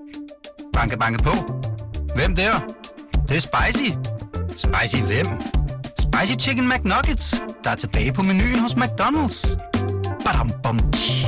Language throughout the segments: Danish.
Banke, banke på. Hvem der? Det er spicy. Spicy hvem? Spicy Chicken McNuggets, der er tilbage på menuen hos McDonald's. Badum, bom, tji.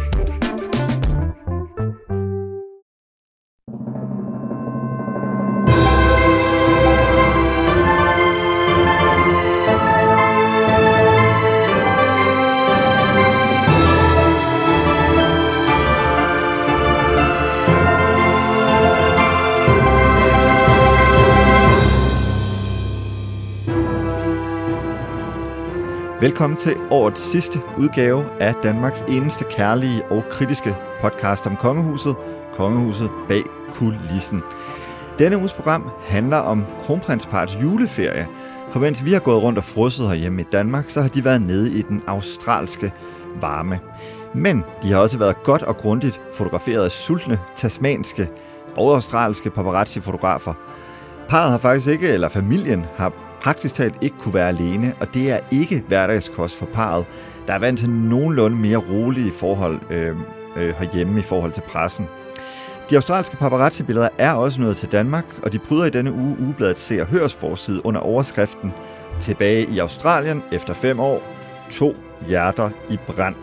Velkommen til årets sidste udgave af Danmarks eneste kærlige og kritiske podcast om kongehuset, Kongehuset bag kulissen. Denne uges program handler om kronprinsparrets juleferie, for mens vi har gået rundt og frosset herhjemme i Danmark, så har de været nede i den australske varme. Men de har også været godt og grundigt fotograferet af sultne, tasmanske og australske paparazzi-fotografer. Parret har faktisk ikke, eller familien har praktisk talt ikke kunne være alene, og det er ikke hverdagskost for parret, der er vant til nogenlunde mere rolige forhold herhjemme i forhold til pressen. De australske paparazzi-billeder er også nået til Danmark, og de pryder i denne uge ugebladet Se og Hørs forside under overskriften "Tilbage i Australien efter 5 år, 2 hjerter i brand".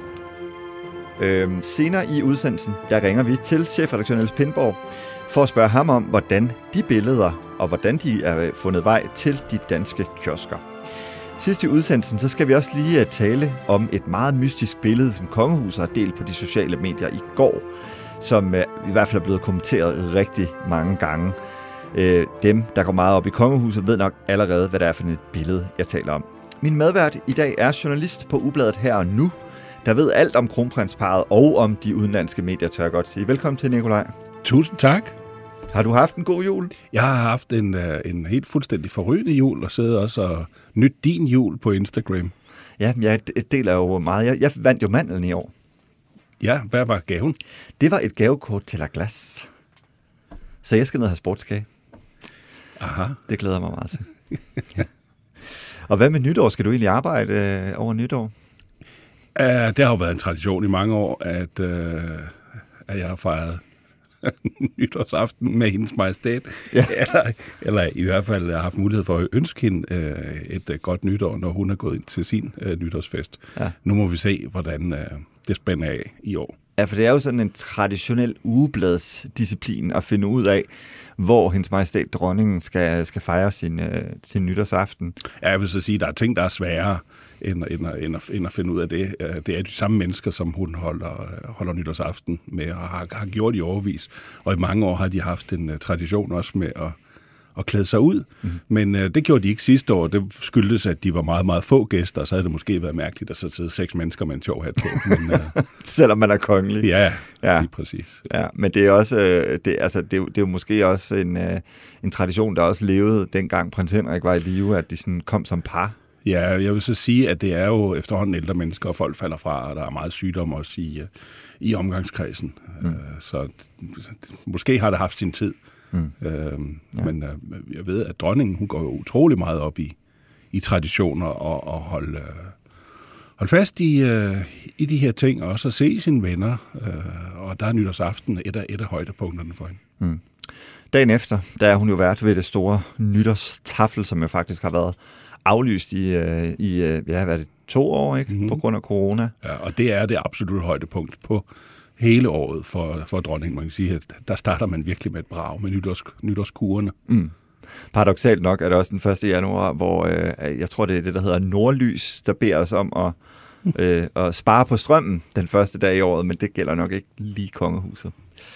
Senere i udsendelsen, der ringer vi til chefredaktør Niels Pindborg for at spørge ham om, hvordan de billeder og hvordan de er fundet vej til de danske kiosker. Sidst i udsendelsen, så skal vi også lige tale om et meget mystisk billede, som kongehuset har delt på de sociale medier i går, som i hvert fald er blevet kommenteret rigtig mange gange. Dem, der går meget op i kongehuset, ved nok allerede, hvad det er for et billede, jeg taler om. Min medvært i dag er journalist på Ugebladet Her og Nu, der ved alt om kronprinsparret og om de udenlandske medier, tør jeg godt sige. Velkommen til, Nikolaj. Tusind tak. Har du haft en god jul? Jeg har haft en helt fuldstændig forrygende jul, og sidder også og nyt din jul på Instagram. Ja, jeg deler jo meget. Jeg vandt jo mandlen i år. Ja, hvad var gaven? Det var et gavekort til La Glace. Så jeg skal ned og have sportskage. Aha. Det glæder mig meget til. Ja. Og hvad med nytår? Skal du egentlig arbejde over nytår? Det har jo været en tradition i mange år, at jeg har fejret nytårsaften med hendes majestæt, ja. eller i hvert fald har haft mulighed for at ønske hende et godt nytår, når hun er gået ind til sin nytårsfest. Ja. Nu må vi se, hvordan det spænder af i år. Ja, for det er jo sådan en traditionel ugebladsdisciplin at finde ud af, hvor hendes majestæt dronningen skal fejre sin nytårsaften. Ja, jeg vil så sige, at der er ting, der er sværere end at finde ud af det. Det er de samme mennesker, som hun holder nytårsaften med, og har gjort i årevis. Og i mange år har de haft en tradition også med at klæde sig ud. Mm. Men det gjorde de ikke sidste år. Det skyldtes, at de var meget, meget få gæster, så havde det måske været mærkeligt at så sidde 6 mennesker med en sjov hat på. Men, selvom man er kongelig. Ja, lige præcis. Ja, men det er også det er jo måske også en tradition, der også levede dengang prins Henrik var i live, at de sådan kom som par. Ja, jeg vil så sige, at det er jo efterhånden ældre mennesker, og folk falder fra, og der er meget sygdom også i omgangskredsen. Mm. Så måske har det haft sin tid. Mm. Men jeg ved, at dronningen, hun går jo utrolig meget op i traditioner og holde fast i de her ting, og også at se sine venner. Og der er nytårsaften et af højdepunkterne for hende. Mm. Dagen efter, der er hun jo vært ved det store nytårstafel, som jo faktisk har været aflyst i 2 år, ikke? Mm-hmm. På grund af corona. Ja, og det er det absolut højdepunkt på hele året for dronningen. Man kan sige, at der starter man virkelig med et brag med nytårskurene. Mm. Paradoksalt nok er det også den 1. januar, hvor jeg tror, det er det, der hedder Nordlys, der beder os om at spare på strømmen den første dag i året, men det gælder nok ikke lige kongehuset.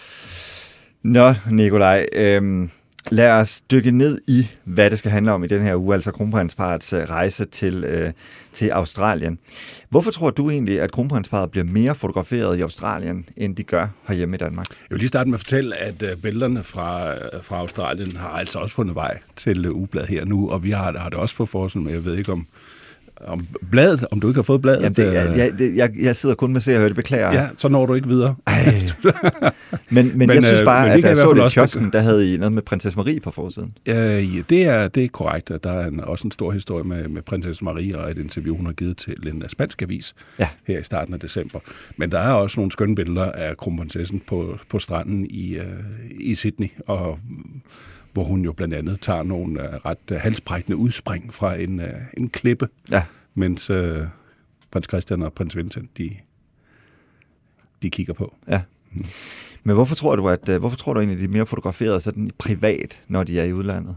Nå, Nikolaj, lad os dykke ned i, hvad det skal handle om i den her uge, altså kronprinsparrets rejse til Australien. Hvorfor tror du egentlig, at kronprinsparret bliver mere fotograferet i Australien, end de gør herhjemme i Danmark? Jeg vil lige starte med at fortælle, at billederne fra Australien har altså også fundet vej til Ugebladet Her Nu, og vi har det også på forsiden, men jeg ved ikke, Om bladet, om du ikke har fået bladet? Jamen, jeg sidder kun med Se og Hør, det beklager. Ja, så når du ikke videre. men jeg synes bare, at jeg så det i kiosken, der havde I noget med prinsesse Marie på forsiden. Ja, det er korrekt. Der er også en stor historie med prinsesse Marie og et interview, hun har givet til en spansk avis her i starten af december. Men der er også nogle skønne billeder af kronprinsessen på stranden i Sydney, og hvor hun jo blandt andet tager nogle ret halsbrækkende udspring fra en klippe, mens prins Christian og prins Vincent, de kigger på. Ja. Men hvorfor tror du egentlig, de er mere fotograferet sådan privat, når de er i udlandet?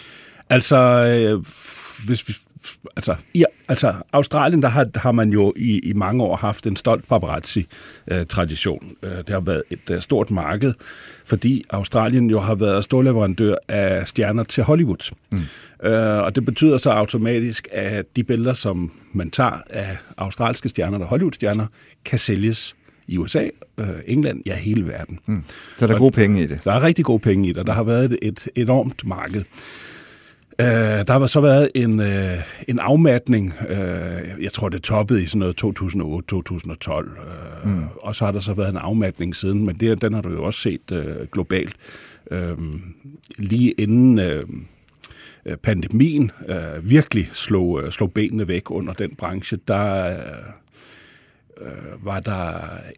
Australien, der har man jo i mange år haft en stolt paparazzi-tradition. Det har været et stort marked, fordi Australien jo har været storleverandør af stjerner til Hollywood. Og det betyder så automatisk, at de billeder, som man tager af australske stjerner og Hollywood-stjerner, kan sælges i USA, England, ja, hele verden. Så der er gode penge i det? Der er rigtig gode penge i det, og der har været et enormt marked. Der har så været en afmatning, jeg tror det toppede i sådan noget 2008-2012, og så har der så været en afmatning siden, men den har du jo også set globalt. Lige inden pandemien virkelig slog benene væk under den branche, der var der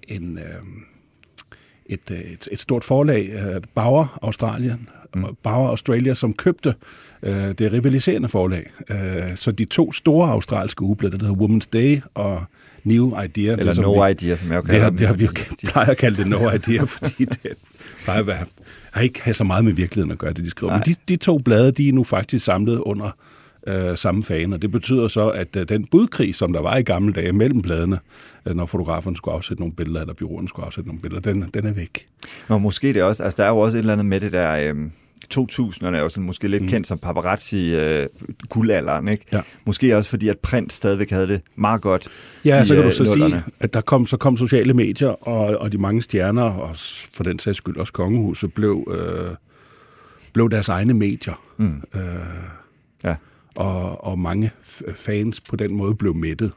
et stort forlag, Bauer Australia, som købte det rivaliserende forlag. Så de to store australske ugeblade, der hedder Women's Day og New Idea. Eller No Idea, som jeg jo kalder det. Det har vi plejer at kalde det No Idea, fordi det plejer at være, har ikke have så meget med virkeligheden at gøre, det de skriver. Nej. Men de to blade, de er nu faktisk samlet under samme fane, og det betyder så, at den budkrig, som der var i gamle dage mellem bladene, når fotograferne skulle afsætte nogle billeder, eller byråerne skulle afsætte nogle billeder, den er væk. Nå, måske det også, altså der er jo også et eller andet med det der 2000'erne er jo sådan måske lidt kendt som paparazzi-guldalderen, ikke? Ja. Måske også fordi, at print stadigvæk havde det meget godt. Ja, så kan du så sige, at der kom sociale medier, og de mange stjerner, og for den sags skyld også kongehuset, blev deres egne medier. Ja. Og mange fans på den måde blev mættet.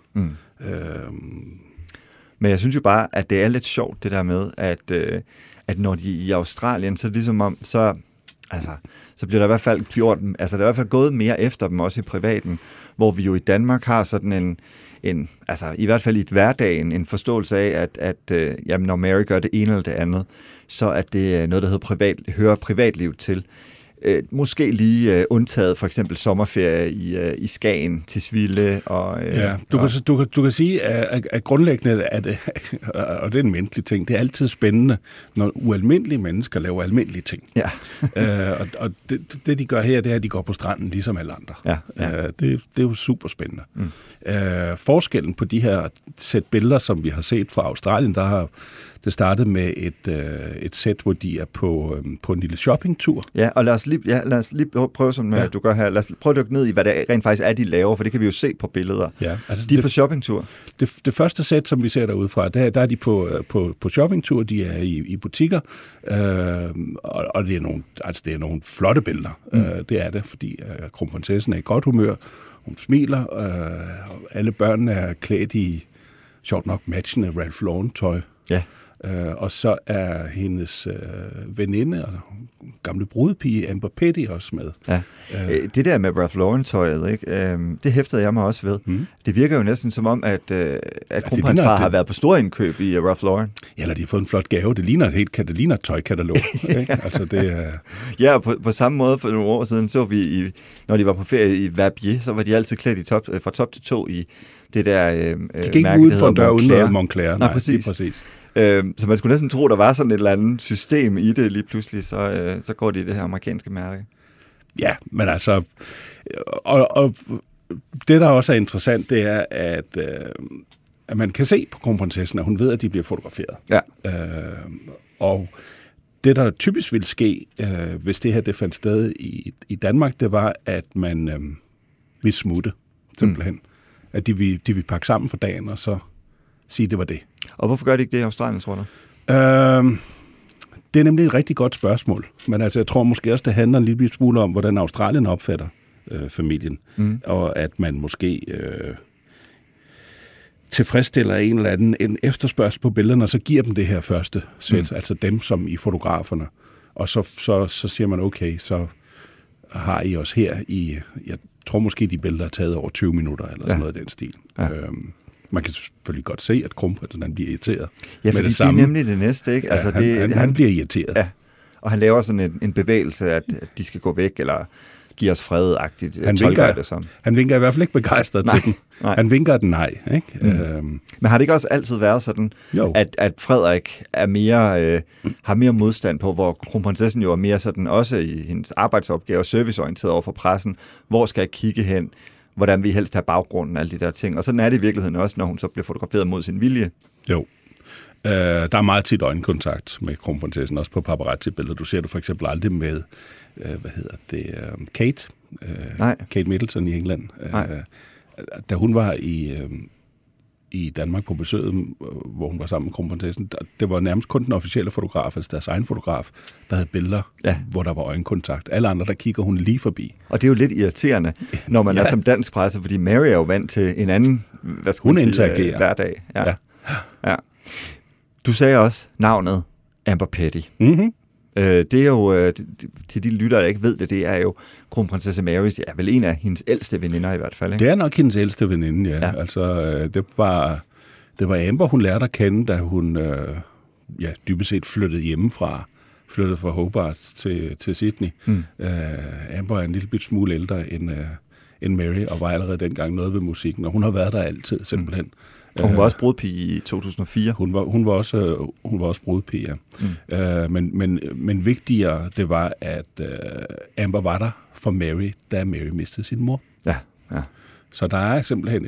Men jeg synes jo bare, at det er lidt sjovt, det der med, at når de er i Australien, så ligesom om, så bliver der i hvert fald gjort, altså der er i hvert fald gået mere efter dem, også i privaten, hvor vi jo i Danmark har sådan en altså i hvert fald i et hverdagen, en forståelse af, at jamen, når Mary gør det ene eller det andet, så er det noget, der hedder hører privatliv til. Måske lige undtaget for eksempel sommerferie i Skagen til Svilde. Du kan sige, at grundlæggende er det, og det er en menneskelig ting, det er altid spændende, når ualmindelige mennesker laver almindelige ting. Ja. Og det de gør her, det er, at de går på stranden ligesom alle andre. Ja. Det er jo super spændende. Forskellen på de her sæt billeder, som vi har set fra Australien, det startede med et sæt, hvor de er på en lille shoppingtur. Ja, og lad os lige prøve, som du gør her. Lad os prøve at dykke ned i, hvad det rent faktisk er, de laver, for det kan vi jo se på billeder. Ja, altså de er på shoppingtur. Det første sæt, som vi ser derudefra, der er de på shoppingtur, de er i butikker, og det er nogle flotte billeder. Det er det, fordi kronprinsessen er i godt humør, hun smiler, alle børnene er klædt i sjovt nok matchende Ralph Lauren-tøj. Ja. Og så er hendes veninde og gamle brudepige Amber Petty også med. Ja. Det der med Ralph Lauren-tøjet, ikke? Det hæftede jeg mig også ved. Det virker jo næsten som om, at kronprinsparet har været på store indkøb i Ralph Lauren. Ja, eller de har fået en flot gave. Det ligner et tøjkatalog. Ikke? Altså, det Ja, og på samme måde for nogle år siden så vi, når de var på ferie i Verbier, så var de altid klædt fra top til tå i det der de gik mærke, ud for en dør uden Moncler. Nej, præcis. Så man skulle næsten tro, der var sådan et eller andet system i det lige pludselig, så går det i det her amerikanske mærke. Ja, men altså, og det der også er interessant, det er, at man kan se på kronprinsessen, at hun ved, at de bliver fotograferet. Ja. Og det, der typisk ville ske, hvis det her det fandt sted i Danmark, det var, at man ville smutte, simpelthen. At de ville pakke sammen for dagen, og så sige, det var det. Og hvorfor gør de ikke det i Australien, tror du? Det er nemlig et rigtig godt spørgsmål. Men altså, jeg tror måske også, det handler en lille smule om, hvordan Australien opfatter familien. Og at man måske tilfredsstiller en eller anden en efterspørgsel på billederne, og så giver dem det her første sæt, altså dem som i fotograferne. Og så siger man, okay, så har I os her i, jeg tror måske de billeder er taget over 20 minutter, eller sådan noget i den stil. Ja. Man kan selvfølgelig godt se, at Kronprinsen han bliver irriteret. Ja, fordi det er nemlig det næste, ikke? Altså, han bliver irriteret. Ja, og han laver sådan en bevægelse, at de skal gå væk, eller give os fred-agtigt. Han vinker i hvert fald ikke begejstret til den. Nej. Han vinker den nej. Ikke? Men har det ikke også altid været sådan, at Frederik er mere, har mere modstand på, hvor kronprinsessen jo er mere sådan, også i hendes arbejdsopgave, serviceorienteret over for pressen, hvor skal jeg kigge hen, hvordan vi helst have baggrunden, alle de der ting. Og sådan er det i virkeligheden også, når hun så bliver fotograferet mod sin vilje. Jo. Der er meget tit øjenkontakt med kronprinsessen, også på paparazzi-billeder. Du ser det for eksempel aldrig med, Kate. Kate Middleton i England. Da hun var i Danmark på besøget, hvor hun var sammen med kronprinsessen, det var nærmest kun den officielle fotograf, altså deres egen fotograf, der havde billeder, hvor der var øjenkontakt. Alle andre, der kigger hun lige forbi. Og det er jo lidt irriterende, når man er som dansk presse, fordi Mary er jo vant til en anden, hun interagerer hverdag. Ja. Du sagde også navnet Amber Petty. Mm-hmm. Det er jo, til de lyttere, der ikke ved det, det er jo kronprinsesse Marys, ja, vel en af hendes ældste veninder i hvert fald, ikke? Det er nok hendes ældste veninde, ja. Altså, det var Amber, hun lærte at kende, da hun dybest set flyttede fra Hobart til Sydney. Amber er en lille bit smule ældre end Mary, og var allerede dengang noget ved musikken, og hun har været der altid, simpelthen. Og hun var også brudpige i 2004. Hun var også brudpige, ja. Men vigtigere, det var, at Amber var der for Mary, da Mary mistede sin mor. Ja. Så der er simpelthen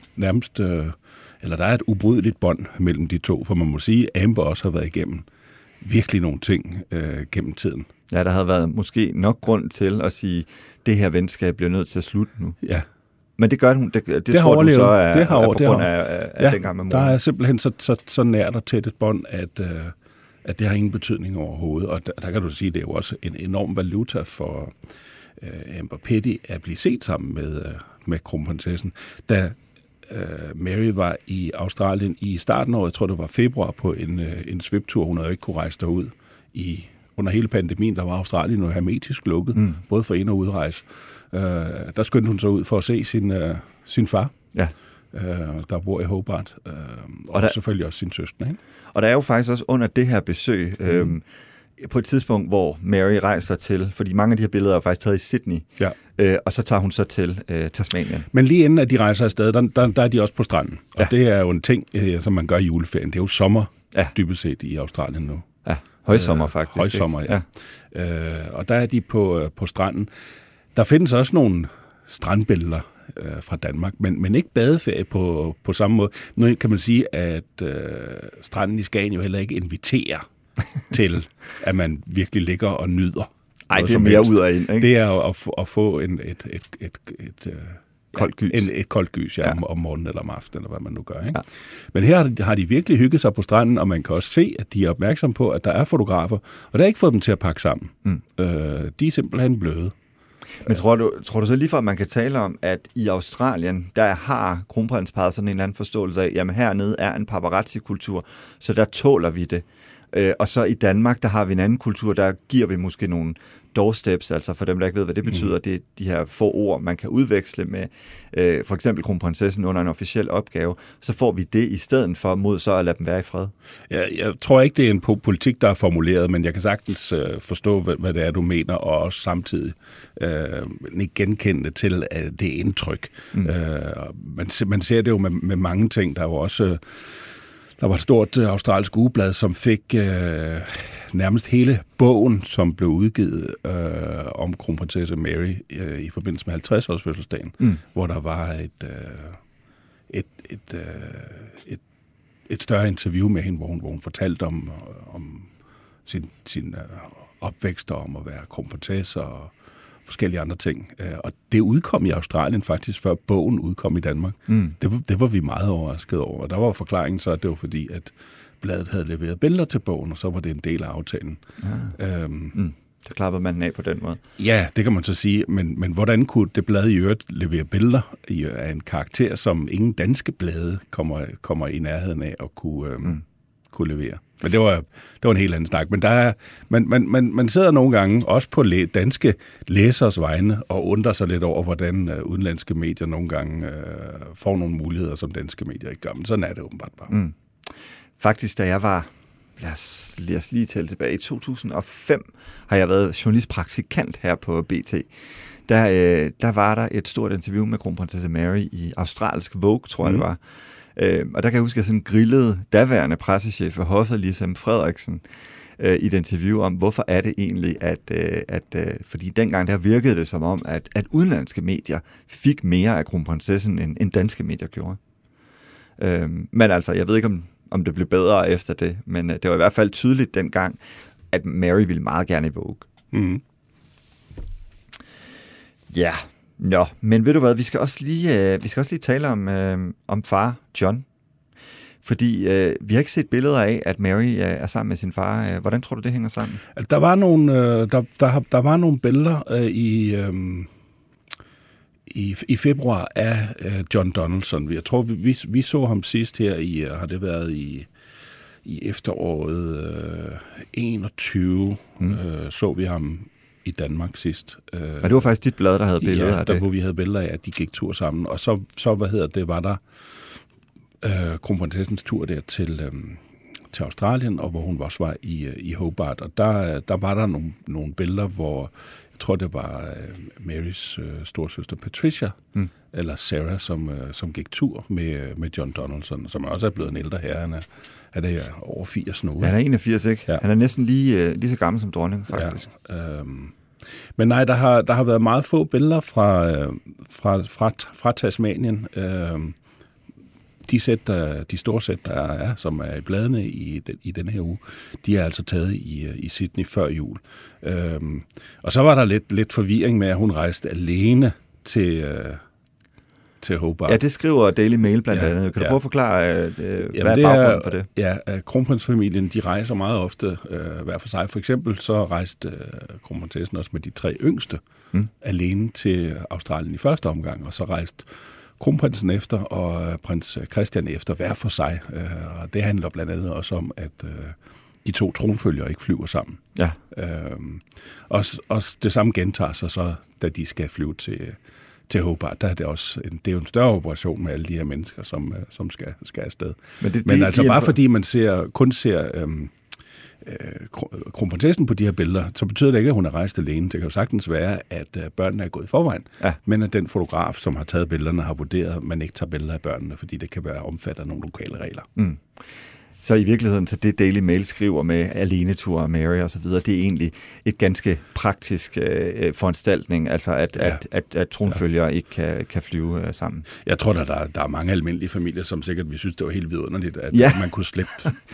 der er et ubrydeligt bånd mellem de to, for man må sige, at Amber også har været igennem virkelig nogle ting gennem tiden. Ja, der havde været måske nok grund til at sige, at det her venskab bliver nødt til at slutte nu. Ja. Men det gør hun, det tror du så er på grund af dengang med mor. Der er simpelthen så nært og tæt et bånd, at det har ingen betydning overhovedet. Og der kan du sige, at det er jo også en enorm valuta for Amber Petty at blive set sammen med kronprinsessen. Da Mary var i Australien i starten af året, jeg tror det var februar, på en sviptur, hun havde ikke kunne rejse derud under hele pandemien, der var Australien jo hermetisk lukket, både for ind- og udrejse. Der skyndte hun så ud for at se sin far, der bor i Hobart, og selvfølgelig også sin søster. Ikke? Og der er jo faktisk også under det her besøg, på et tidspunkt, hvor Mary rejser til, fordi mange af de her billeder er faktisk taget i Sydney, og så tager hun så til Tasmanien. Men lige inden at de rejser afsted, der er de også på stranden. Og det er jo en ting, som man gør i juleferien. Det er jo sommer, dybest set, i Australien nu. Ja, højsommer faktisk. Højsommer, ja. Og der er de på stranden. Der findes også nogle strandbilleder fra Danmark, men ikke badeferie på samme måde. Nu kan man sige, at stranden i Skagen jo heller ikke inviterer til, at man virkelig ligger og nyder. Nej, det er mere ud af ind, ikke? Det er at få et koldt gys. Et koldt gys, om morgenen eller om aftenen, eller hvad man nu gør. Ikke? Ja. Men her har de virkelig hygget sig på stranden, og man kan også se, at de er opmærksomme på, at der er fotografer, og det har ikke fået dem til at pakke sammen. De er simpelthen bløde. Men tror du så lige for, at man kan tale om, at i Australien, der har kronprinsparret sådan en eller anden forståelse af, jamen hernede er en paparazzi-kultur, så der tåler vi det. Og så i Danmark, der har vi en anden kultur, der giver vi måske nogle doorsteps, altså for dem, der ikke ved, hvad det betyder, det er de her få ord, man kan udveksle med for eksempel kronprinsessen under en officiel opgave, så får vi det i stedet for, mod så at lade dem være i fred. Jeg tror ikke, det er en politik, der er formuleret, men jeg kan sagtens forstå, hvad det er, du mener, og også samtidig genkende til det indtryk. Man ser det jo med mange ting, der er jo også... Der var et stort australsk ugeblad, som fik nærmest hele bogen, som blev udgivet om kronprinsesse Mary i forbindelse med 50-års fødselsdagen, hvor der var et større interview med hende, hvor hun fortalte om sin opvækst, om at være kronprinsesse og forskellige andre ting. Og det udkom i Australien faktisk, før bogen udkom i Danmark. Det var vi meget overrasket over. Og der var forklaringen så, at det var fordi, at bladet havde leveret billeder til bogen, og så var det en del af aftalen. Så klappede man den af på den måde. Ja, det kan man så sige. Men hvordan kunne det blad i øvrigt levere billeder af en karakter, som ingen danske blade kommer i nærheden af at kunne levere? Men det var en helt anden snak. Men man sidder nogle gange, også på danske læsers vegne, og undrer sig lidt over, hvordan udenlandske medier nogle gange får nogle muligheder, som danske medier ikke gør. Men sådan er det åbenbart bare. Faktisk, da jeg var, lad os lige tælle tilbage, i 2005 har jeg været journalistpraktikant her på BT. Der var der et stort interview med kronprinsesse Mary i australsk Vogue, tror jeg det var. Og der kan jeg huske, at jeg sådan grillede daværende pressechef for hoffet, Lisam Frederiksen, i et interview om, hvorfor er det egentlig, fordi dengang der virkede det som om, at udenlandske medier fik mere af kronprinsessen, end danske medier gjorde. Men altså, jeg ved ikke, om det blev bedre efter det, men det var i hvert fald tydeligt dengang, at Mary ville meget gerne i Vogue. Ja, men ved du hvad, vi skal også lige tale om far John. Fordi vi har ikke set billeder af, at Mary er sammen med sin far. Hvordan tror du, det hænger sammen? Der var nogle billeder i februar af John Donaldson. Jeg tror, vi så ham sidst her har det været i efteråret 21, så vi ham i Danmark sidst. Og det var faktisk dit blad, der havde billeder af det? Ja, hvor vi havde billeder af, at de gik tur sammen. Og så var der kronprinsessens tur der til Australien, og hvor hun også var i Hobart. Og der var der nogle billeder, hvor jeg tror, det var Marys storsøster Patricia, eller Sarah, som gik tur med John Donaldson, som også er blevet en ældre herre. Han er over 80 nu. Ja, han er 81, ikke? Ja. Han er næsten lige så gammel som dronning, faktisk. Ja, men nej, der har været meget få billeder fra Tasmanien. De store sæt, der er, som er i bladene i denne her uge, de er altså taget i Sydney før jul. Og så var der lidt forvirring med, at hun rejste alene til Hobart. Ja, det skriver Daily Mail blandt andet. Kan du prøve at forklare, hvad er baggrunden for det? Ja, kronprinsfamilien, de rejser meget ofte hver for sig. For eksempel så rejste kronprinsessen også med de 3 yngste alene til Australien i første omgang, og så rejste kronprinsen efter, og prins Christian efter hver for sig. Og det handler blandt andet også om, at de 2 tronfølgere ikke flyver sammen. Ja. Og det samme gentager sig så, da de skal flyve til Hobart. Der er det også det er jo en større operation med alle de her mennesker, som skal afsted. Men altså bare fordi man kun ser kronprinsessen på de her billeder, så betyder det ikke, at hun er rejst alene. Det kan jo sagtens være, at børnene er gået i forvejen, men at den fotograf, som har taget billederne, har vurderet, at man ikke tager billeder af børnene, fordi det kan være omfattet af nogle lokale regler. Så i virkeligheden, så det Daily Mail skriver med alenetur og Mary og så videre, det er egentlig et ganske praktisk foranstaltning, altså at tronfølgere ikke kan flyve sammen. Jeg tror, der er mange almindelige familier, som sikkert vi synes, det var helt vidunderligt, at man kunne slippe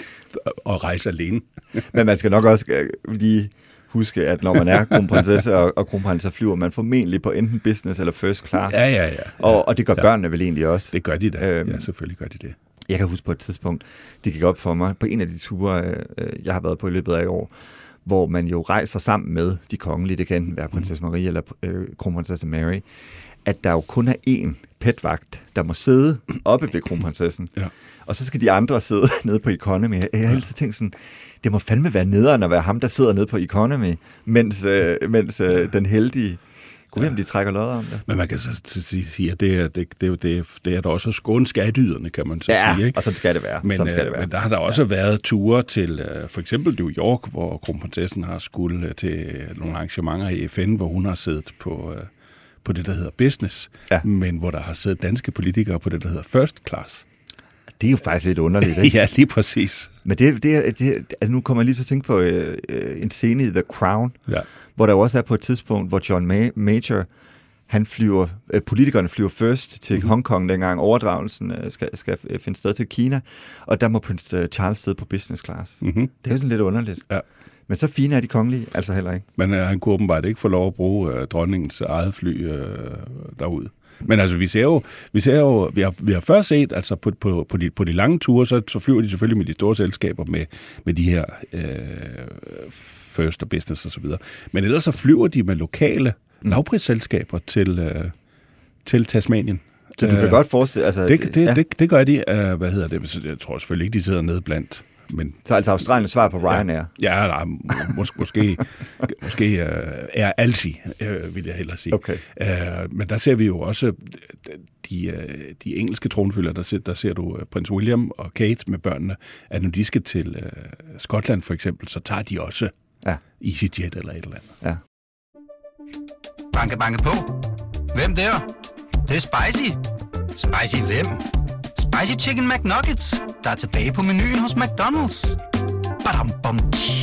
at rejse alene. Men man skal nok også lige huske, at når man er kronprinsesse og kronprins, så flyver man formentlig på enten business eller first class. Ja. Og det gør børnene vel egentlig også. Det gør de da. Ja, selvfølgelig gør de det. Jeg kan huske på et tidspunkt, det gik op for mig, på en af de ture, jeg har været på i løbet af i år, hvor man jo rejser sammen med de kongelige, det kan enten være prinsesse Marie eller kronprinsesse Mary, at der jo kun er én petvagt, der må sidde oppe ved kronprinsessen. Ja. Og så skal de andre sidde nede på Economy. Jeg har altid tænkt sådan, det må fandme være nederen at være ham, der sidder nede på Economy, mens den heldige... Kunne om de trækker lodder om det? Men man kan så sige, at det er der også skåne skatyderne, kan man så sige. Ikke? Og sådan skal det være. Men der har der også været ture til for eksempel New York, hvor kronprinsessen har skulle til nogle arrangementer i FN, hvor hun har siddet på det, der hedder business, men hvor der har siddet danske politikere på det, der hedder first class. Det er jo faktisk lidt underligt, ikke? Ja, lige præcis. Men altså nu kommer jeg lige til at tænke på en scene i The Crown, hvor der også er på et tidspunkt, hvor John Major, politikerne flyver først til Hongkong, dengang overdragelsen skal finde sted til Kina, og der må prins Charles sidde på business class. Det er jo sådan lidt underligt. Ja. Men så fine er de kongelige altså heller ikke. Men han kunne åbenbart ikke få lov at bruge dronningens eget fly derude. Men altså, vi har først set, altså på de lange ture, så flyver de selvfølgelig med de store selskaber med de her First og Business osv. Men ellers så flyver de med lokale lavprisselskaber til Tasmanien. Så du kan godt forestille... Altså, det gør de. Jeg tror selvfølgelig ikke, de sidder nede blandt. Men, så altså Australiens svar på Ryanair? Ja, nej, måske er Alsi, vil jeg hellere sige. Okay. Men der ser vi jo også de engelske tronfølger, der ser du prins William og Kate med børnene, at når de skal til Skotland for eksempel, så tager de også EasyJet eller et eller andet. Ja. Banke, banke på. Hvem der? Det er spicy. Spicy hvem? Spicy Chicken McNuggets, der er tilbage på menuen hos McDonald's. Badum, bom,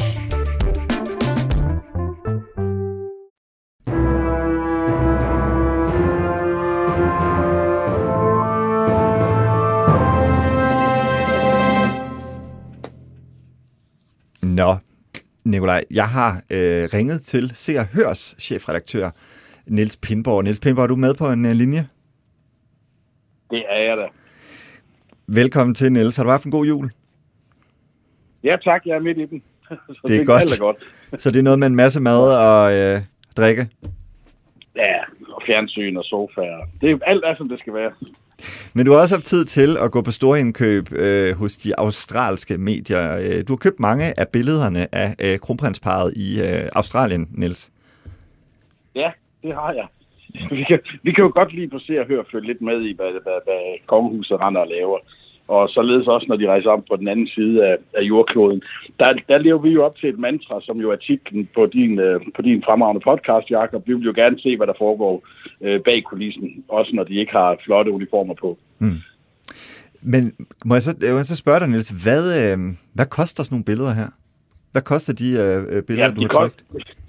Nå, Nikolaj, jeg har ringet til Se og Hørs chefredaktør Niels Pindborg. Niels Pindborg, er du med på en linje? Det er jeg da. Velkommen til, Niels. Har du haft en god jul? Ja, tak. Jeg er midt i den. Så det er godt. Alt er godt. Så det er noget med en masse mad og drikke? Ja, og fjernsyn og sofaer. Alt er, som det skal være. Men du har også haft tid til at gå på storindkøb hos de australske medier. Du har købt mange af billederne af kronprinsparret i Australien, Niels. Ja, det har jeg. Vi kan jo godt lide på Se og Hør følge lidt med i, hvad kongehuset render og laver. Og således også, når de rejser om på den anden side af jordkloden. Der lever vi jo op til et mantra, som jo er titlen på din fremragende podcast, Jakob. Vi vil jo gerne se, hvad der foregår bag kulissen, også når de ikke har flotte uniformer på. Men må jeg så spørge dig, Niels, hvad koster sådan nogle billeder her? Hvad koster de billeder, du har trykt?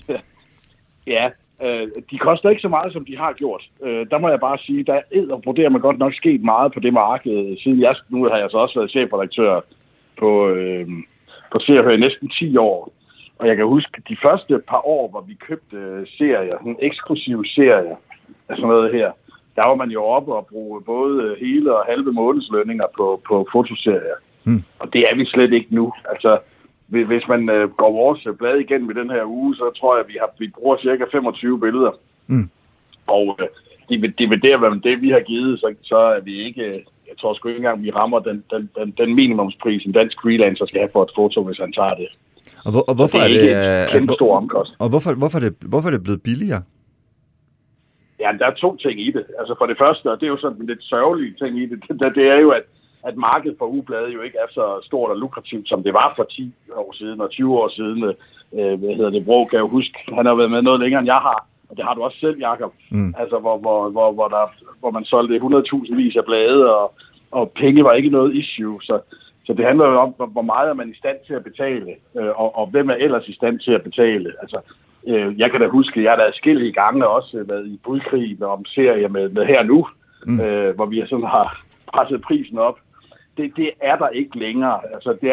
De koster ikke så meget, som de har gjort. Der må jeg bare sige, der vurderer man godt nok sket meget på det marked. Siden nu har jeg så også været chefredaktør på Se og Hør i næsten 10 år. Og jeg kan huske, de første par år, hvor vi købte serier, sådan eksklusive serier af sådan noget her, der var man jo oppe og bruge både hele og halve månedslønninger på fotoserier. Og det er vi slet ikke nu. Altså, hvis man går vores blad igennem i den her uge, så tror jeg, vi bruger cirka 25 billeder. Og divideret med det, vi har givet, så er vi ikke... Jeg tror sgu ikke engang, vi rammer den minimumspris, en dansk freelancer skal have for et foto, hvis han tager det. Og hvorfor er det en kæmpe stor omkost. Og hvorfor er det blevet billigere? Ja, der er 2 ting i det. Altså for det første, og det er jo sådan en lidt sørgelige ting i det, det er jo, at markedet for ugeblade jo ikke er så stort og lukrativt, som det var for 10 år siden og 20 år siden. Bro kan jo huske, han har været med noget længere, end jeg har, og det har du også selv, Jakob. Altså, hvor man solgte 100.000 vis af blade, og penge var ikke noget issue. Så det handler jo om, hvor meget er man i stand til at betale, og hvem er ellers i stand til at betale. Altså, jeg kan da huske, jeg har da adskillige gange også været i budkrig om serier med her nu, hvor vi sådan har presset prisen op. Det er der ikke længere. Altså, det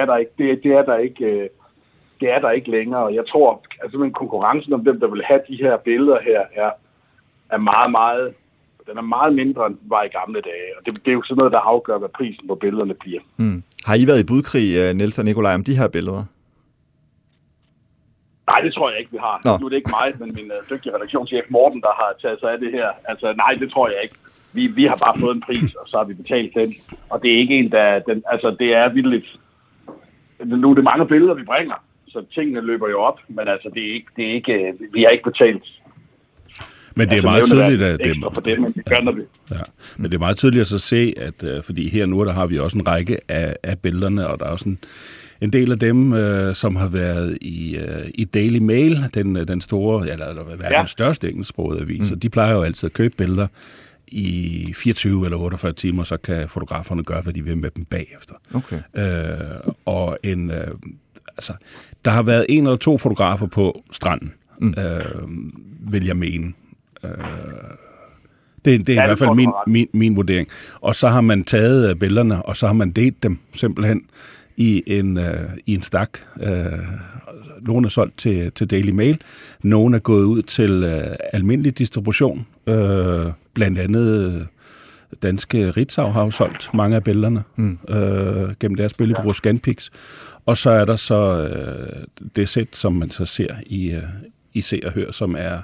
er der ikke længere. Jeg tror, altså, konkurrencen om dem, der vil have de her billeder her, er meget, meget... Den er meget mindre, end var i gamle dage. Og det er jo sådan noget, der afgør, hvad prisen på billederne bliver. Har I været i budkrig, Niels og Nikolaj, om de her billeder? Nej, det tror jeg ikke, vi har. Nu er det ikke mig, men min dygtige redaktionschef Morten, der har taget sig af det her. Altså, nej, det tror jeg ikke. Vi har bare fået en pris, og så har vi betalt den. Og det er ikke en, det er vildt. Nu er det mange billeder, vi bringer, så tingene løber jo op, men altså, det er ikke, vi har ikke betalt. Men det er meget tydeligt, at men det er meget tydeligt at så se, at fordi her nu, der har vi også en række af billederne, og der er også en del af dem, som har været i Daily Mail, den store, verdens største engelsksprogede avis, og de plejer jo altid at købe billeder i 24 eller 48 timer, så kan fotograferne gøre, hvad de vil med dem bagefter. Okay. Der har været 1 eller 2 fotografer på stranden, vil jeg mene. Det er i hvert fald min vurdering. Og så har man taget billederne, og så har man delt dem simpelthen i en stak. Nogle er solgt til Daily Mail. Nogle er gået ud til almindelig distribution. Blandt andet danske Ritzau har jo solgt mange af billederne gennem deres billedbureau Scanpix. Og så er der så det sæt, som man så ser i Se og Hør, som er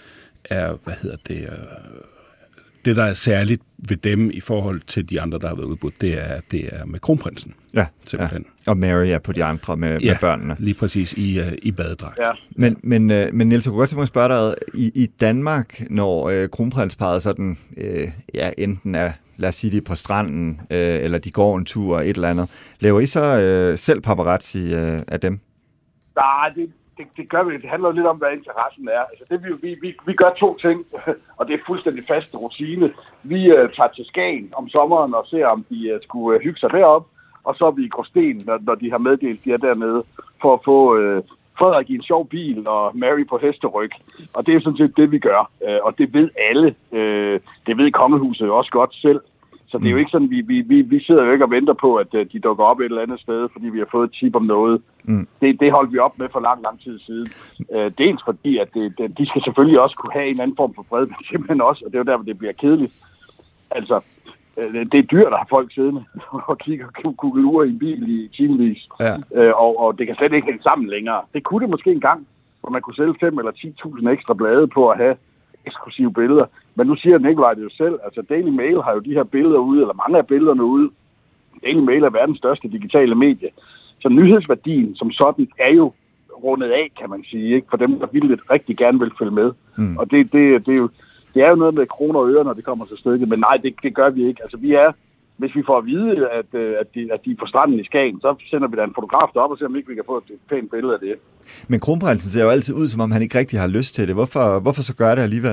det, der er særligt ved dem i forhold til de andre, der har været udbudt, det er med kronprinsen. Ja, simpelthen. Ja. Og Mary er på de andre med børnene. Lige præcis i badedragt. Ja. Men Niels, jeg kunne godt tænke mig at spørge dig, i Danmark, når kronprinsparet sådan, enten er, lad os sige, de på stranden, eller de går en tur, et eller andet, laver I så selv paparazzi af dem? Nej, det gør vi. Det handler jo lidt om, hvad interessen er. Altså, vi gør 2 ting, og det er fuldstændig fast rutine. Vi tager til Skagen om sommeren og ser, om de skulle hygge sig derop, og så er vi i Gråsten, når de har meddelt, de er dernede, for at få Frederik i en sjov bil og Mary på hesteryg. Og det er sådan set det, vi gør. Og det ved alle. Det ved kongehuset jo også godt selv. Så det er jo ikke sådan, vi sidder jo ikke og venter på, at de dukker op et eller andet sted, fordi vi har fået et tip om noget. Det holdt vi op med for lang tid siden. Dels fordi, at de skal selvfølgelig også kunne have en anden form for fred, men simpelthen også, og det er jo der, hvor det bliver kedeligt. Altså, det er dyrt at have folk siddende og kigge og kugelure i en bil i timevis. Ja. Og det kan slet ikke hænge sammen længere. Det kunne det måske engang, hvor man kunne sælge 5 eller 10.000 ekstra blade på at have eksklusive billeder. Men nu siger Nikolaj det jo selv, altså Daily Mail har jo de her billeder ude, eller mange af billederne ude. Daily Mail er verdens største digitale medie. Så nyhedsværdien som sådan er jo rundet af, kan man sige, ikke? For dem, der rigtig gerne vil følge med. Og det er jo noget med kroner og øre, når det kommer til stykket, men nej, det gør vi ikke. Altså hvis vi får at vide, at de er på stranden i Skagen, så sender vi da en fotograf derop og ser, om ikke vi kan få et pænt billede af det. Men kronprinsen ser jo altid ud, som om han ikke rigtig har lyst til det. Hvorfor så gør det alligevel?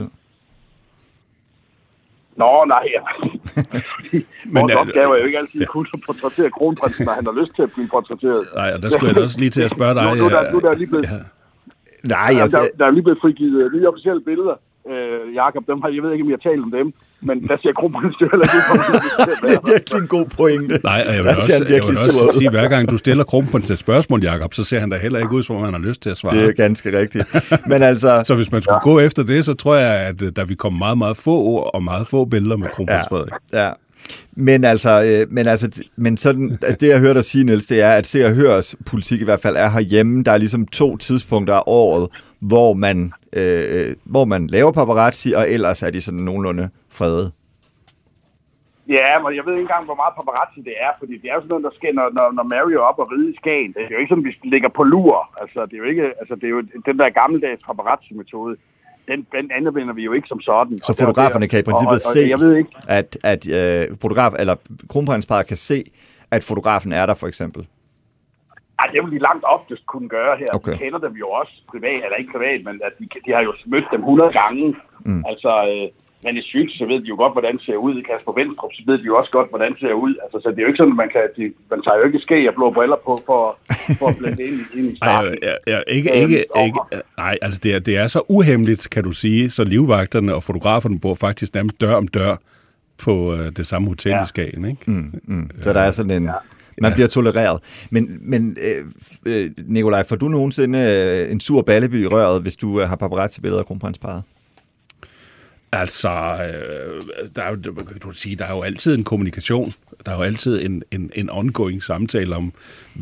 Nå, nej. Vores opgave er jo ikke altid kun at portrættere kronprinsen, når han har lyst til at blive portrætteret. Nej, og der skulle jeg også lige til at spørge dig. Nu er der lige blevet... Der er lige blevet frigivet nye officielle billeder. Jakob, dem har, jeg ved ikke, om jeg har talt om dem, men der ser kronprinsen jo heller ikke. Det er virkelig en god pointe. Nej, og jeg vil også sige, hver gang du stiller kronprinsen et spørgsmål, Jakob, så ser han da heller ikke ud, som om han har lyst til at svare. Det er ganske rigtigt. Men altså... Så hvis man skulle gå efter det, så tror jeg, at der vil komme meget, meget få ord og meget få billeder med kronprins Frederik. Ja. Men sådan, altså det jeg hører dig sige, Niels, det er, at Se og Hørs politik i hvert fald er herhjemme. Der er ligesom 2 tidspunkter af året, hvor man laver paparazzi, og ellers er de sådan nogenlunde frede. Ja, men jeg ved ikke engang, hvor meget paparazzi det er, fordi det er jo sådan noget, der sker, når Mary er op og ride i Skagen. Det er jo ikke sådan, vi ligger på lur. Altså, det er jo ikke, altså, det er jo den der gammeldags paparazzi-metode. Den anvender vi jo ikke som sådan. Så fotograferne kan i princippet se, at kronprinsparet kan se, at fotografen er der, for eksempel? Ej, det vil de langt oftest kunne gøre her. Okay. Vi kender dem jo også privat, eller ikke privat, men at de har jo mødt dem 100 gange. Altså, men i Sygt, så ved de jo godt, hvordan det ser ud. I Kasper Vendstrup, så ved de jo også godt, hvordan det ser ud. Altså, så det er jo ikke sådan, at man tager jo ikke ske og blå briller på for at blande ind i starten. Nej, altså det er så uhemmeligt, kan du sige, så livvagterne og fotograferne bor faktisk nærmest dør om dør på det samme hotel i Skagen, ikke? Så der er sådan en... Man bliver tolereret. Men Nikolaj, får du nogensinde en sur balleby i røret, hvis du har paparazzi-billeder af kronprinsparet? Altså, der er jo altid en kommunikation. Der er jo altid en ongoing samtale om,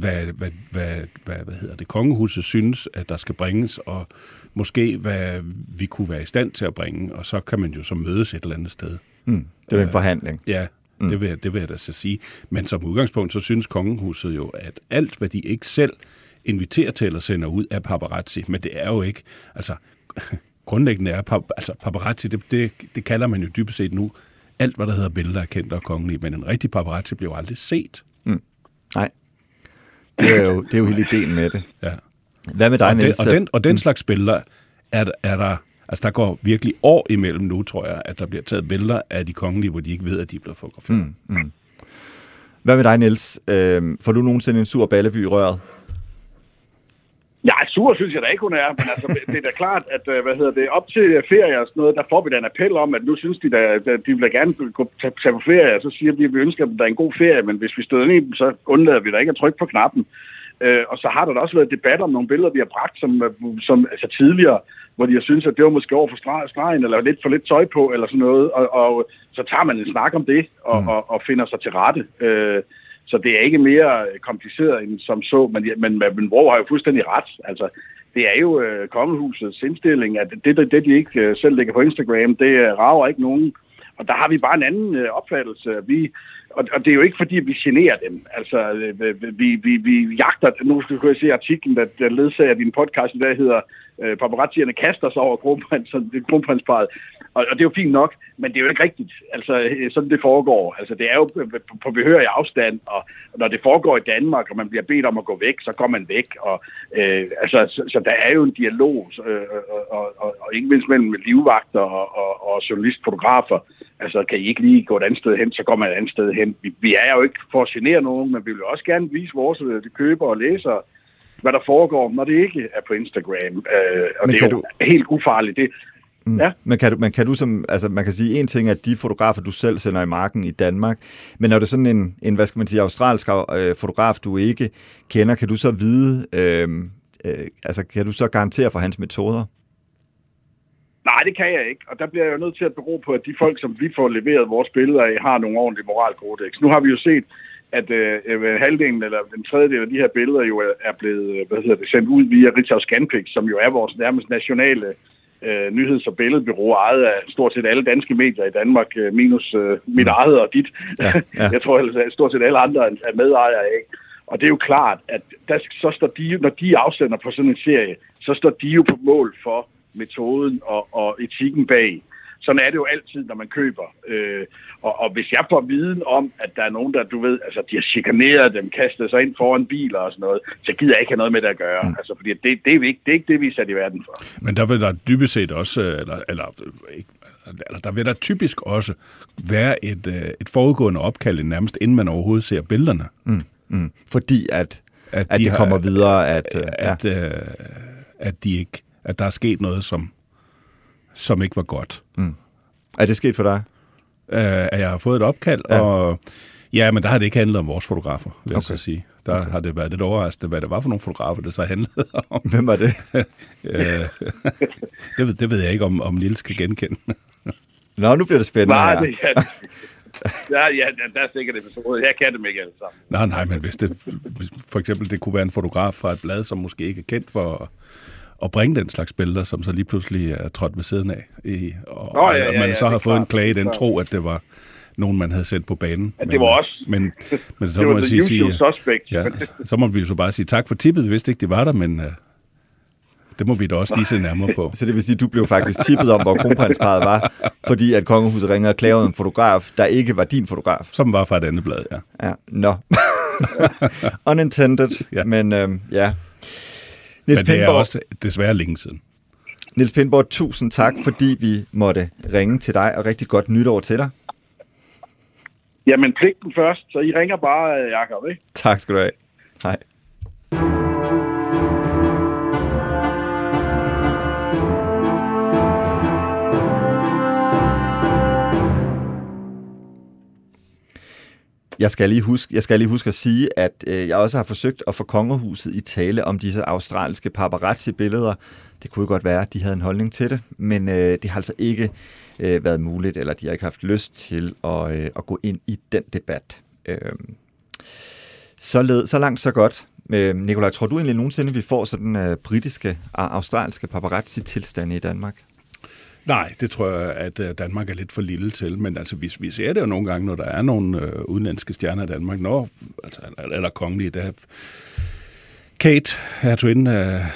hvad kongehuset synes, at der skal bringes, og måske hvad vi kunne være i stand til at bringe, og så kan man jo så mødes et eller andet sted. Det er en forhandling. Ja. Det vil jeg da så sige. Men som udgangspunkt, så synes kongehuset jo, at alt, hvad de ikke selv inviterer til eller sender ud, er paparazzi. Men det er jo ikke, altså grundlæggende er paparazzi, det kalder man jo dybest set nu, alt hvad der hedder billeder af kendte og kongelige, men en rigtig paparazzi bliver jo aldrig set. Nej, det er jo hele ideen med det. Ja. Hvad med dig, Niels? Og den slags billeder er der... Altså, der går virkelig år imellem nu, tror jeg, at der bliver taget billeder af de kongelige, hvor de ikke ved, at de er blevet fotograferet. Hvad med dig, Niels? Får du nogensinde en sur balleby i røret? Ja, sur synes jeg da ikke, hun er. Men altså, det er da klart, at op til ferie og sådan noget, der får vi da en appel om, at nu synes de, at de vil gerne tage på ferie, og så siger vi, at vi ønsker, at der er en god ferie, men hvis vi støder ind i dem, så undlader vi da ikke at trykke på knappen. Og så har der også været debat om nogle billeder, vi har bragt som altså tidligere, hvor de har syntes, at det var måske over for stregen, eller lidt for lidt tøj på, eller sådan noget, og så tager man en snak om det, og finder sig til rette. Så det er ikke mere kompliceret end som så, men Vrå har jo fuldstændig ret. Altså, det er jo kongehusets indstilling, at det de ikke selv lægger på Instagram, det rager ikke nogen. Og der har vi bare en anden opfattelse. Og det er jo ikke fordi, vi generer dem. Altså, vi jagter... Nu skal jeg se artiklen, der ledsager din podcast, der hedder paparazzierne kaster sig over kronprinsparet. Og det er jo fint nok, men det er jo ikke rigtigt. Altså, sådan det foregår. Altså, det er jo på behørig afstand, og når det foregår i Danmark, og man bliver bedt om at gå væk, så går man væk. Og, så der er jo en dialog, og ikke mindst mellem livvagter og journalistfotografer. Altså, kan I ikke lige gå et andet sted hen, så går man et andet sted hen. Vi er jo ikke for at genere nogen, men vi vil også gerne vise vores købere og læsere, hvad der foregår, når det ikke er på Instagram. Og det er jo helt ufarligt. Ja. Men kan du som, altså man kan sige en ting, at de fotografer, du selv sender i marken i Danmark, men når det er sådan en hvad skal man sige, australsk fotograf, du ikke kender, kan du så vide, altså kan du så garantere for hans metoder? Nej, det kan jeg ikke, og der bliver jeg jo nødt til at bero på, at de folk, som vi får leveret vores billeder af, har nogle ordentlige moralkodex. Nu har vi jo set, at halvdelen eller den tredjedel af de her billeder jo er blevet sendt ud via Ritzau Scanpix, som jo er vores nærmest nationale nyheds- og billedbureau, ejet af stort set alle danske medier i Danmark, minus mit eget og dit. Ja. Jeg tror at stort set alle andre er medejere af. Og det er jo klart, at så står de, når de afsender på sådan en serie, så står de jo på mål for metoden og etikken bag. Sådan er det jo altid, når man køber. Og hvis jeg får viden om, at der er nogen, der, du ved, altså de har chikaneret dem, kastet sig ind foran biler og sådan noget, så gider jeg ikke have noget med det at gøre. Altså, fordi det er ikke det, vi er sat i verden for. Men der vil der dybest set også, eller der vil der typisk også være et forudgående opkald nærmest, inden man overhovedet ser billederne. Fordi at de kommer videre, at der er sket noget, som ikke var godt. Er det sket for dig? At jeg har fået et opkald, og ja, men der har det ikke handlet om vores fotografer, vil jeg så sige. Der har det været lidt overraskende, hvad det var for nogle fotografer, det så handlede om. Hvem var det? Det ved jeg ikke, om Niels kan genkende. Nå, nu bliver det spændende. Nej, det kan ja, der er sikkert episoder. Jeg kan dem ikke alle sammen. Nej, men hvis for eksempel det kunne være en fotograf fra et blad, som måske ikke er kendt for at bringe den slags billeder, som så lige pludselig er trådt ved siden af. Og man så har fået en klage i den tro, at det var nogen, man havde sendt på banen. Ja, det var også. Men så det må var man sige, suspect. Ja, så må vi jo så bare sige tak for tippet. Vi vidste ikke, det var der, men det må vi da også lige se nærmere på. Så det vil sige, at du blev faktisk tippet om, hvor kronprinsparet var, fordi at kongehuset ringede og klagede en fotograf, der ikke var din fotograf. Som var fra et andet blad, ja. Nå. Unintended, ja. Men ja. Niels Pindborg, det er også desværre længe siden. Niels Pindborg, tusind tak, fordi vi måtte ringe til dig, og rigtig godt nytår til dig. Jamen, pligten først, så I ringer bare, Jakob, ikke? Tak skal du have. Hej. Jeg skal lige huske at sige, at jeg også har forsøgt at få kongehuset i tale om disse australske paparazzi-billeder. Det kunne jo godt være, at de havde en holdning til det, men det har altså ikke været muligt, eller de har ikke haft lyst til at gå ind i den debat. Så langt, så godt. Nikolaj, tror du egentlig nogensinde, vi får sådan britiske og australske paparazzi-tilstande i Danmark? Nej, det tror jeg, at Danmark er lidt for lille til, men altså, vi ser det jo nogle gange, når der er nogle udenlandske stjerner i Danmark, eller kongelige, der Kate, hertuginde,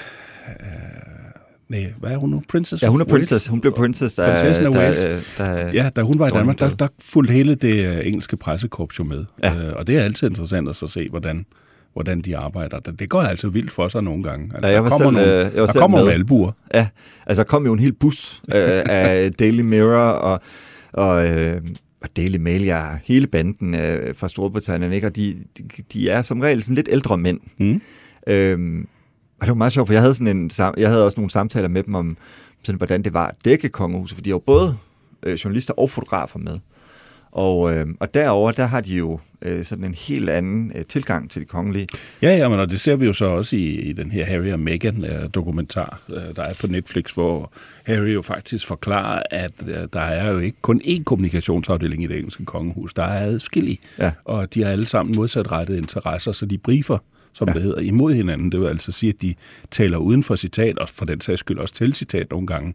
nej, hvad er hun nu? Princess? Ja, hun er princess. Hun blev princess, da hun var i Danmark, der fulgte hele det engelske pressekorps jo med, og det er altid interessant at så se, hvordan de arbejder. Det går altså vildt for sig nogle gange. Altså, der kommer nogle albuer. Ja, altså der kom jo en hel bus af Daily Mirror og Daily Mail, hele banden fra Storbritannien, ikke? Og de er som regel sådan lidt ældre mænd. Og det var meget sjovt, for jeg havde også nogle samtaler med dem om, sådan, hvordan det var at dække kongehuset, for de var både journalister og fotografer med. Og derover der har de jo sådan en helt anden tilgang til de kongelige. Ja, men og det ser vi jo så også i den her Harry og Meghan-dokumentar, der er på Netflix, hvor Harry jo faktisk forklarer, at der er jo ikke kun én kommunikationsafdeling i det engelske kongehus, der er adskillige, og de har alle sammen modsatrettede interesser, så de briefer, som det hedder, imod hinanden. Det vil altså sige, at de taler uden for citat, og for den sags skyld også til citat nogle gange,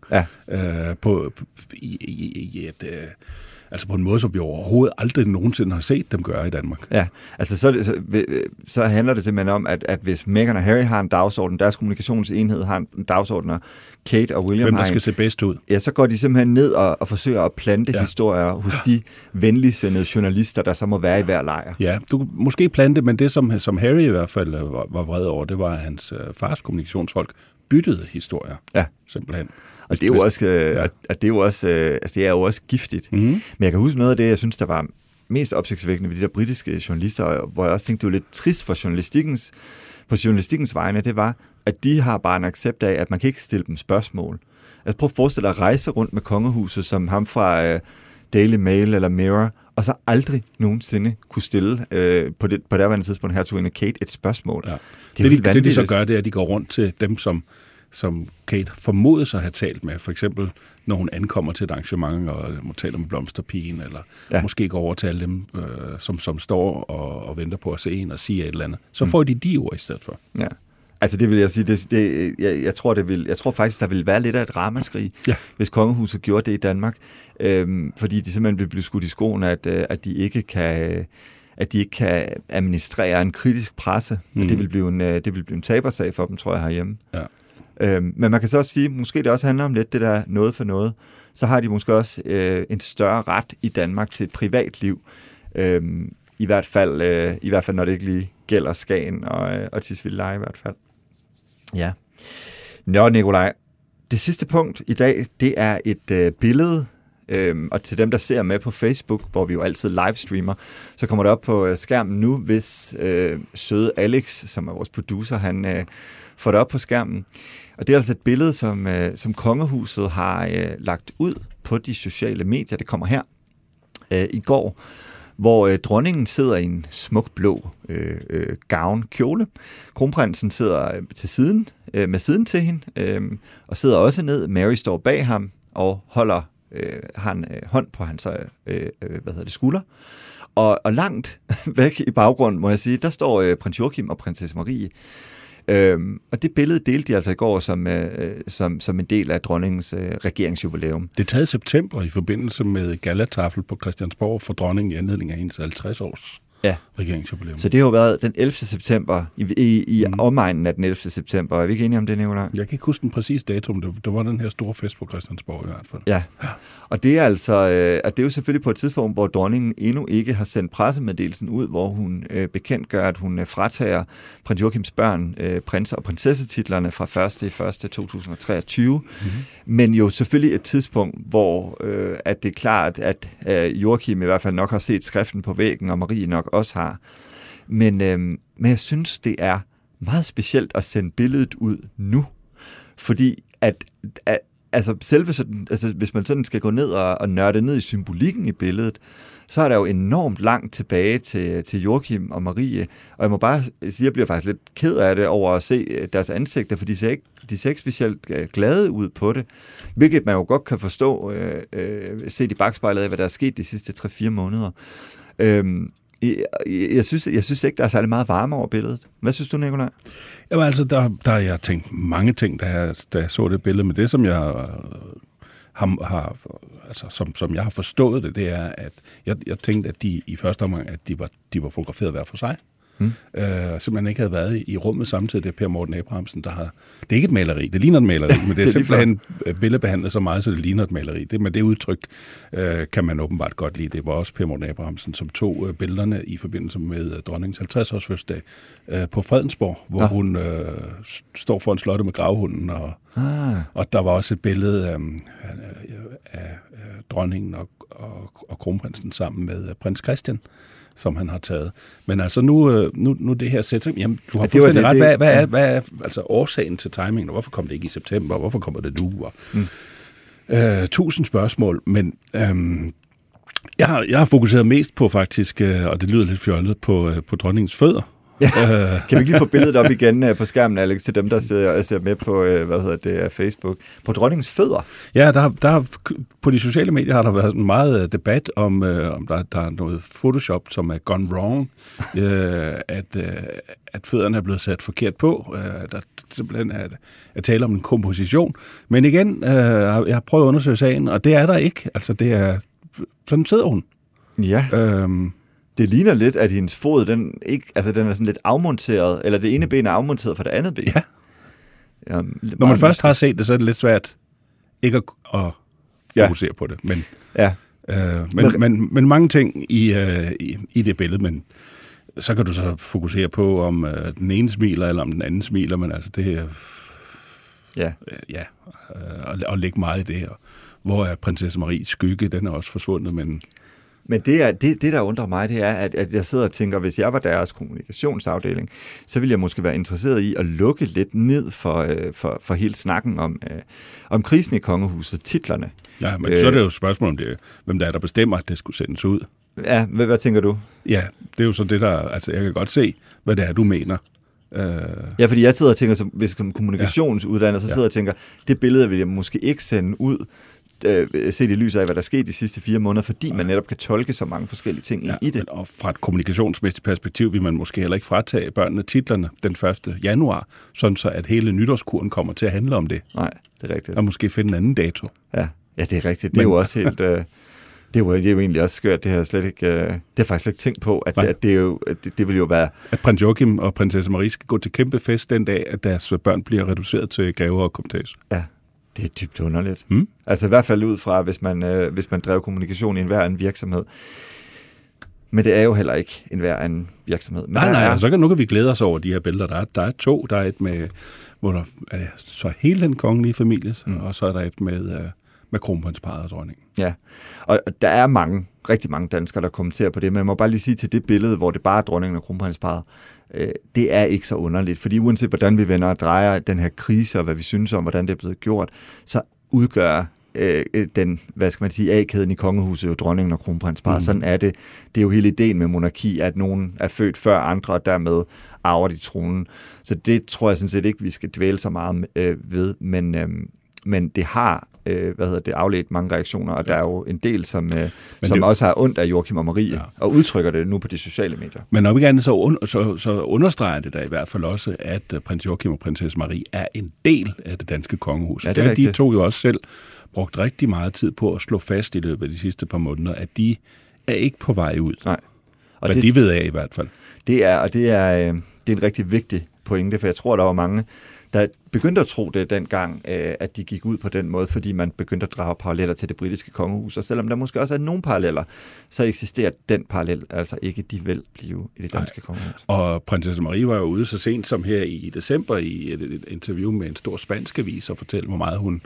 altså på en måde, som vi overhovedet aldrig nogensinde har set dem gøre i Danmark. Ja, altså så handler det simpelthen om, at hvis Meghan og Harry har en dagsorden, deres kommunikationsenhed har en dagsorden, og Kate og William hvem der skal se bedst ud. Ja, så går de simpelthen ned og forsøger at plante historier hos de venligsindede journalister, der så må være i hver lejr. Ja, du kan måske plante, men det som Harry i hvert fald var vred over, det var, at hans fars kommunikationsfolk byttede historier. Ja. Simpelthen. Og det er jo også, det er jo også giftigt. Mm-hmm. Men jeg kan huske noget af det, jeg synes, der var mest opsigtsvækkende ved de der britiske journalister, hvor jeg også tænkte, det var lidt trist for journalistikkens vegne, det var, at de har bare en accept af, at man kan ikke stille dem spørgsmål. Altså prøv at forestille dig at rejse rundt med kongehuset, som ham fra Daily Mail eller Mirror, og så aldrig nogensinde kunne stille på derværende tidspunkt hertuginde Kate et spørgsmål. Ja. Det de så gør, det er, at de går rundt til dem, som Kate formodes at have talt med. For eksempel, når hun ankommer til et arrangement og må tale med blomsterpigen, eller måske går over til alle dem, som står og venter på at se en og sige et eller andet. Så får de ord i stedet for. Ja. Altså det vil jeg sige, jeg tror faktisk, der vil være lidt af et ramaskrig, hvis kongehuset gjorde det i Danmark, fordi de simpelthen vil blive skudt i skoen, at de ikke kan administrere en kritisk presse. Det vil blive en tabersag for dem, tror jeg, herhjemme. Ja. Men man kan så også sige, måske det også handler om lidt det der noget for noget, så har de måske også en større ret i Danmark til et privatliv, i hvert fald når det ikke lige gælder Skagen og Tisvildeleje i hvert fald. Ja. Nå, Nikolaj, det sidste punkt i dag, det er et billede, og til dem, der ser med på Facebook, hvor vi jo altid livestreamer, så kommer det op på skærmen nu, hvis søde Alex, som er vores producer, han får det op på skærmen. Og det er altså et billede, som kongehuset har lagt ud på de sociale medier. Det kommer her i går, hvor dronningen sidder i en smuk blå kjole. Kronprinsen sidder til siden, med siden til hende, og sidder også ned. Mary står bag ham og har en hånd på hans skulder. Og langt væk i baggrunden, må jeg sige, der står prins Joachim og prinsesse Marie. Og det billede delte de altså i går som en del af dronningens regeringsjubilæum. Det er taget i september i forbindelse med gallatafel på Christiansborg for dronningen i anledning af hendes 50 års regeringsjubilæum. Så det har jo været den 11. september, i omegnen af den 11. september. Er vi ikke enige om det, Nicolaj? Jeg kan ikke huske den præcise dato, men det var den her store fest på Christiansborg i hvert fald. Ja, og det er altså, at det er jo selvfølgelig på et tidspunkt, hvor dronningen endnu ikke har sendt pressemeddelelsen ud, hvor hun bekendtgør, at hun fratager prins Joachims børn prins- og prinsessetitlerne fra 1.1.2023. Men jo selvfølgelig et tidspunkt, hvor at det er klart, at Joachim i hvert fald nok har set skriften på væggen, og Marie nok også har. Men jeg synes, det er meget specielt at sende billedet ud nu. Fordi altså selve sådan, altså hvis man sådan skal gå ned og nørde ned i symbolikken i billedet, så er der jo enormt langt tilbage til Joachim og Marie. Og jeg må bare sige, jeg bliver faktisk lidt ked af det over at se deres ansigter, for de ser ikke specielt glade ud på det. Hvilket man jo godt kan forstå, set i bagspejlet af, hvad der er sket de sidste 3-4 måneder. Jeg synes ikke, der er særlig meget varme over billedet. Hvad synes du, Nicolaj? Jamen altså, der har jeg tænkt mange ting, da jeg så det billede, men det, som jeg har altså, som jeg har forstået det, det er, at jeg tænkte, at de i første omgang, at de var fotograferet hver for sig. Simpelthen ikke havde været i rummet samtidig. Det er Per Morten Abrahamsen, der har... Det er ikke et maleri, det ligner et maleri, men det er simpelthen billedbehandlet så meget, så det ligner et maleri. Men det udtryk kan man åbenbart godt lide. Det var også Per Morten Abrahamsen, som tog billederne i forbindelse med dronningens 50-års fødselsdag på Fredensborg, hvor hun står foran slottet med gravhunden, og der var også et billede af dronningen og kronprinsen sammen med prins Christian, som han har taget. Men altså nu det her sæt, jamen du har fuldstændig ret. Hvad er altså årsagen til timingen, og hvorfor kom det ikke i september, og hvorfor kommer det nu? 1000 spørgsmål, men Jeg har fokuseret mest på faktisk, og det lyder lidt fjollet, på dronningens fødder. Ja. Kan vi ikke lige få billedet op igen på skærmen, Alex, til dem, der ser med på Facebook? På dronningens fødder? Ja, der på de sociale medier har der været en meget debat om der er noget Photoshop, som er gone wrong, at fødderne er blevet sat forkert på. Der simpelthen er tale om en komposition. Men igen, jeg har prøvet at undersøge sagen, og det er der ikke. Altså, det er sådan sidder hun. Ja. Det ligner lidt, at hendes fod, den er sådan lidt afmonteret, eller det ene ben er afmonteret fra det andet ben. Ja. Når man først har set det, så er det lidt svært ikke at fokusere på det. Men mange ting i det billede, men så kan du så fokusere på, om den ene smiler, eller om den anden smiler, men altså det er... Og lægge meget i det her. Hvor er prinsesse Maries skygge? Den er også forsvundet, Men det, der undrer mig, det er, at jeg sidder og tænker, hvis jeg var deres kommunikationsafdeling, så ville jeg måske være interesseret i at lukke lidt ned for hele snakken om krisen i kongehuset, titlerne. Ja, men så er det jo et spørgsmål om det, hvem der bestemmer, at det skulle sendes ud. Ja, hvad tænker du? Ja, det er jo så det, der... Altså, jeg kan godt se, hvad det er, du mener. Ja, fordi jeg sidder og tænker, som kommunikationsuddanner, så sidder jeg og tænker, det billede vil jeg måske ikke sende ud, set i lyset af, hvad der skete de sidste 4 måneder, fordi man netop kan tolke så mange forskellige ting i det. Og fra et kommunikationsmæssigt perspektiv vil man måske heller ikke fratage børnene titlerne den 1. januar, sådan så at hele nytårskuren kommer til at handle om det. Nej, det er rigtigt. Og måske finde en anden dato. Ja, det er rigtigt. Det er jo også helt... Det er jo egentlig også skørt, det har jeg slet ikke... Det har faktisk ikke tænkt på, at det vil jo være... At prins Joachim og prinsesse Marie skal gå til kæmpe fest den dag, at deres børn bliver reduceret til gaver og komtage. Ja, det er dybt underligt. Altså i hvert fald ud fra, hvis man drev kommunikation i enhver anden virksomhed. Men det er jo heller ikke enhver anden virksomhed. Men Nej, så nu kan vi glæde os over de her billeder. Der er 2. Der er et med, hvor der er så hele den kongelige familie, og så er der et med kronprinsparret og dronningen. Ja, og der er rigtig mange danskere, der kommenterer på det, men jeg må bare lige sige til det billede, hvor det bare er dronningen og kronprinsparret, det er ikke så underligt, fordi uanset hvordan vi vender og drejer den her krise, og hvad vi synes om, hvordan det er blevet gjort, så udgør den, A-kæden i kongehuset jo dronningen og kronprinsparret. Sådan er det. Det er jo hele ideen med monarki, at nogen er født før andre, og dermed arver de tronen. Så det tror jeg sådan set ikke, vi skal dvæle så meget ved, men det har afledt mange reaktioner, og der er jo en del, som også har ondt af Joachim og Marie, og udtrykker det nu på de sociale medier. Men om ikke andet, så understreger det da i hvert fald også, at prins Joachim og prinsesse Marie er en del af det danske kongehus. Ja, det er de to jo også selv brugt rigtig meget tid på at slå fast i løbet af de sidste par måneder, at de er ikke på vej ud. Nej. Og men de ved af i hvert fald. Det er en rigtig vigtig pointe, for jeg tror, der var mange, der begyndte at tro det dengang, at de gik ud på den måde, fordi man begyndte at drage paralleller til det britiske kongehus. Og selvom der måske også er nogle paralleller, så eksisterer den parallel altså ikke, de vil blive i det danske kongehus. Og prinsesse Marie var jo ude så sent som her i december i et interview med en stor spansk avis og fortælle, hvor meget hun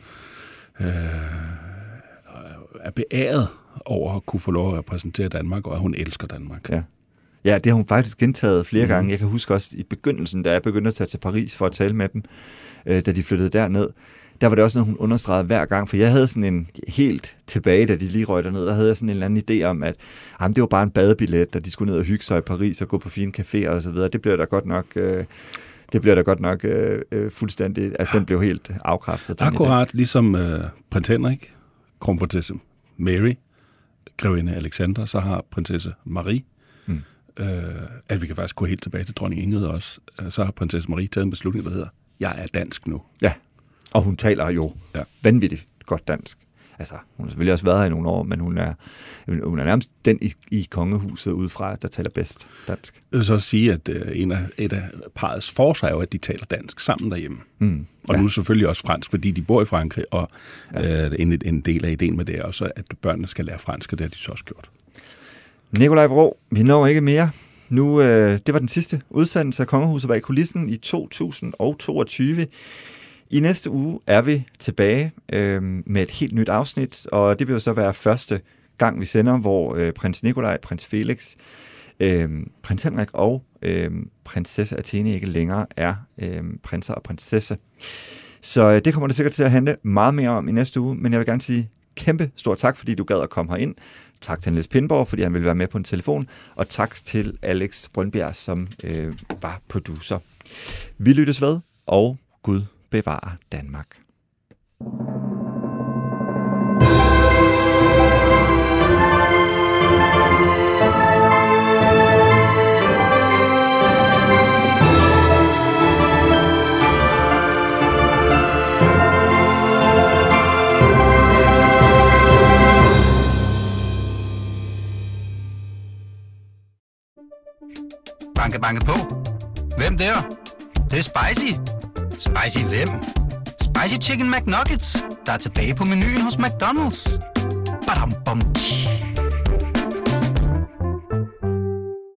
er beæret over at kunne få lov at repræsentere Danmark, og at hun elsker Danmark. Ja, det har hun faktisk gentaget flere gange. Jeg kan huske også i begyndelsen, da jeg begyndte at tage til Paris for at tale med dem, da de flyttede derned, der var det også noget, hun understregede hver gang, for jeg havde sådan en helt tilbage, da de lige røg derned, der havde jeg sådan en eller anden idé om, at det var bare en badebillet, da de skulle ned og hygge sig i Paris og gå på fine caféer og så videre. Det blev da godt nok fuldstændig, at den blev helt afkræftet. Akkurat ligesom prins Henrik, kronprinsesse Mary, grevinde Alexandra, så har prinsesse Marie, at vi kan faktisk gå helt tilbage til dronning Ingrid også, så har prinsesse Marie taget en beslutning, der hedder, jeg er dansk nu. Ja, og hun taler jo vanvittigt godt dansk. Altså, hun har selvfølgelig også været her i nogle år, men hun er nærmest den i kongehuset udefra, der taler bedst dansk. Jeg vil så sige, at et af parrets forser er jo, at de taler dansk sammen derhjemme. Og nu selvfølgelig også fransk, fordi de bor i Frankrig, og en del af ideen med det er også, at børnene skal lære fransk, og det har de så også gjort. Nikolaj Vraa, vi når ikke mere. Nu, det var den sidste udsendelse af Kongehuset bag kulissen i 2022. I næste uge er vi tilbage med et helt nyt afsnit, og det vil jo så være første gang, vi sender, hvor prins Nikolaj, prins Felix, prins Henrik og prinsesse Athene ikke længere er prinser og prinsesse. Så det kommer det sikkert til at handle meget mere om i næste uge, men jeg vil gerne sige kæmpe stor tak, fordi du gad at komme herind. Tak til Niels Pindborg, fordi han ville være med på en telefon. Og tak til Alex Brøndbjerg, som var producer. Vi lyttes ved, og Gud bevarer Danmark. Banke, banke på. Hvem der? Det er spicy. Spicy hvem? Spicy Chicken McNuggets, der er tilbage på menuen hos McDonald's. Badum, bom, tji.